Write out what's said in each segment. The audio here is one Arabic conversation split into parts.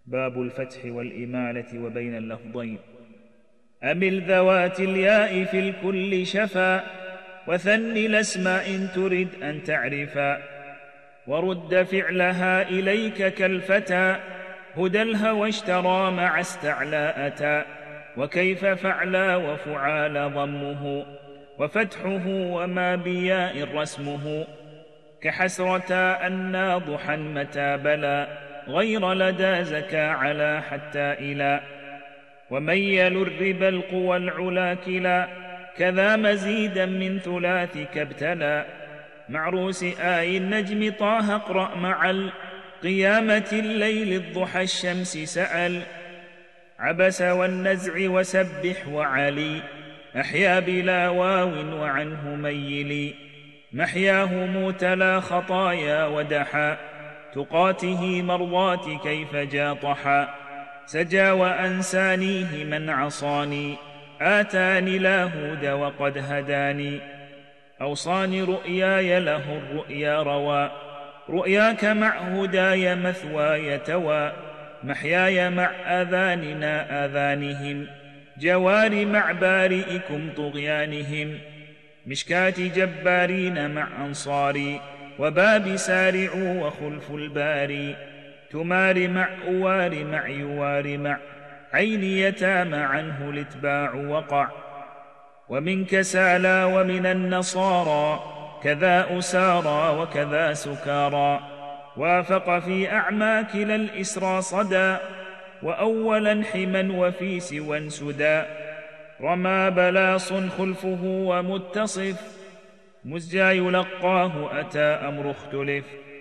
باب الفتح والإمالة وبين اللفظين. أمل ذوات الياء في الكل شفا، وثن الأسماء إن ترد أن تعرفا، ورد فعلها إليك كالفتى، هدى الهوى اشترى مع استعلى أتى، وكيف فعلا وفعال ضمه، وفتحه وما بياء رسمه، كحسرة أن ضحا متى بلا، غير لدى زكا على حتى إلى، وميل الربا القوى العلا كلا، كذا مزيدا من ثلاث كابتلا، معروس آي النجم طه اقرأ مع القيامة الليل الضحى الشمس سأل، عبس والنزع وسبح وعلي، أحيا بلا واو وعنه ميلي، محياه موتلا خطايا ودحا، تقاته مرضات كيف جاطحا، سجى وأنسانيه من عصاني، آتاني لا هود وقد هداني، أوصاني رؤياي له الرؤيا روى، رؤياك مع هداي مثواي توى، محياي مع آذاننا آذانهم، جوار مع بارئكم طغيانهم، مشكات جبارين مع أنصاري، وباب سارعوا وخلف الباري، تمار مع أوار مع يوار مع عين يتام عنه الاتباع وقع، ومن كسالى ومن النصارى كذا أسارى وكذا سكارى، وافق في أعماك للإسرى صدى، وأولا حما وفي سوى سدى، رمى بلاص خلفه ومتصف، مزجى يلقاه أتى أمر اختلف،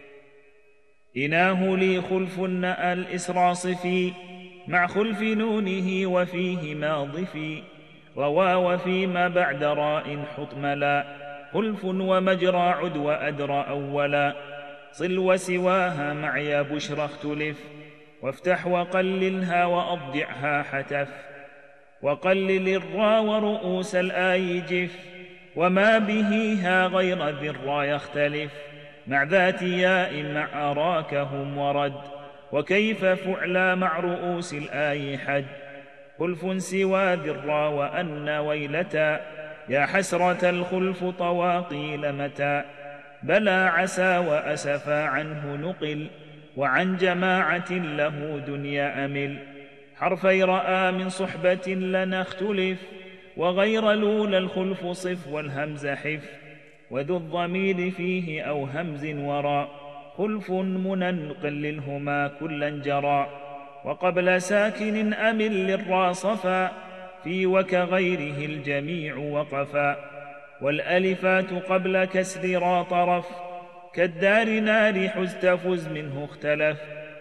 إناه لي خلف نأى الإسرى صفي، مع خلف نونه وفيه ماضفي، روى وفيما بعد راء حطملا، خلف ومجرى عد وأدرى أولا، صل وسواها مع يا بشرى اختلف، وافتح وقللها وأضجعها حتف، وقلل الرا ورؤوس الآي جف، وما به ها غير ذي الرا يختلف، مع ذات ياء مع أراكهم ورد، وكيف فعلا مع رؤوس الآي حد، خلف سوى ذي الرا وأن ويلتا، يا حسرة الخلف طواقيل متى، بلى عسى وأسفا عنه نقل، وعن جماعة له دنيا أمل، حرفي رأى من صحبة لنا اختلف، وغير لولا الخلف صف والهمز حف، وذو الضمير فيه أو همز وراء، خلف مننقل للهما كلا جرى، وقبل ساكن أمل للرا صفا، في وكغيره الجميع وقفا، والألفات قبل كسر را طرف، كالدار نار حزت فز منه اختلف،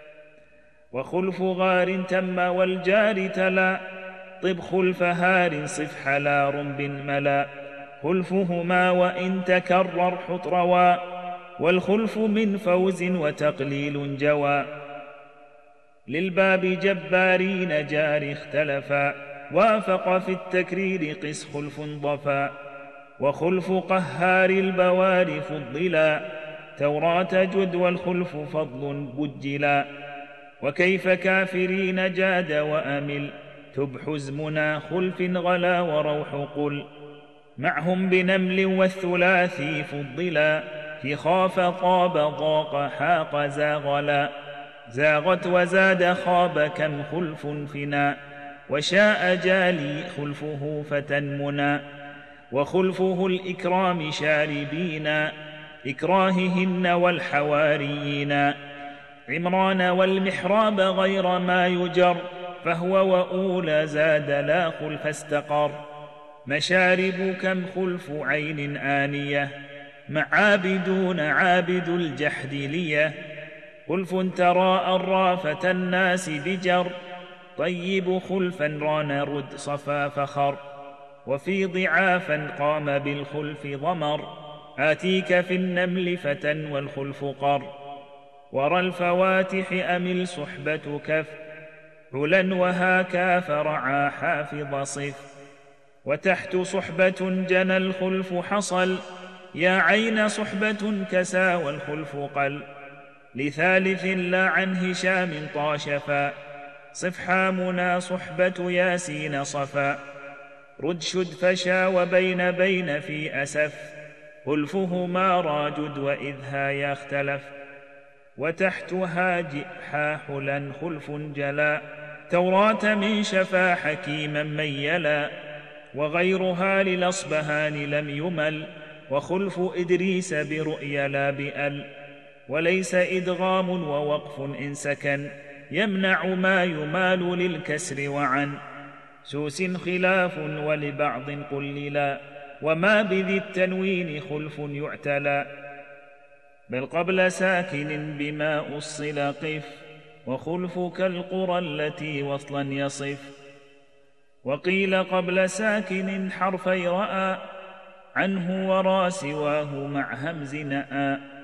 وخلف غار تم والجار تلا، طب خلف هار صف حلا رنب ملا، خلفهما وإن تكرر حط روا، والخلف من فوز وتقليل جوى، للباب جبارين جار اختلفا، وافق في التكرير قس خلف ضفا، وخلف قهار البوار فضلا، توراة جد والخلف فضل بجلا، وكيف كافرين جاد وأمل، تب حزمنا خلف غلا وروح قل، معهم بنمل والثلاثي فضلا، في خاف طاب ضاق حاق زاغلا، زاغت وزاد خاب كم خلف فنا، وشاء جالي خلفه فتنمنا، وخلفه الإكرام شاربين، إكراههن والحواريين، عمران والمحراب غير ما يجر، فهو وأولى زاد لا خلف استقر، مشارب كم خلف عين آنية، معابدون عابد الجحد ليه، خلف تراءى الرافة الناس بجر، طيب خلفا ران رد صفا فخر، وفي ضعافا قام بالخلف ضمر، آتيك في النمل فتى والخلف قر، ورى الفواتح أمل صحبة كف، علا وهاكا فرعا حافظ صف، وتحت صحبة جنى الخلف حصل، يا عين صحبة كسى والخلف قل، لثالث لا عن هشام طاشفا، صف حامنا صحبة ياسين صفا رد شد فشا وبين بين في أسف خلفهما راجد وإذها يختلف وتحتها جئحا حلا خلف جلا توراة من شفا حكيما ميلا وغيرها للأصبهان لم يمل وخلف إدريس برؤيا لا بأل وليس إدغام ووقف إن سكن يمنع ما يمال للكسر وعن سوس خلاف ولبعض قللا وما بذي التنوين خلف يعتلى بل قبل ساكن بما أصل قف وخلف كالقرى التي وصلا يصف وقيل قبل ساكن حرفي رأى عنه ورا سواه مع همز نأى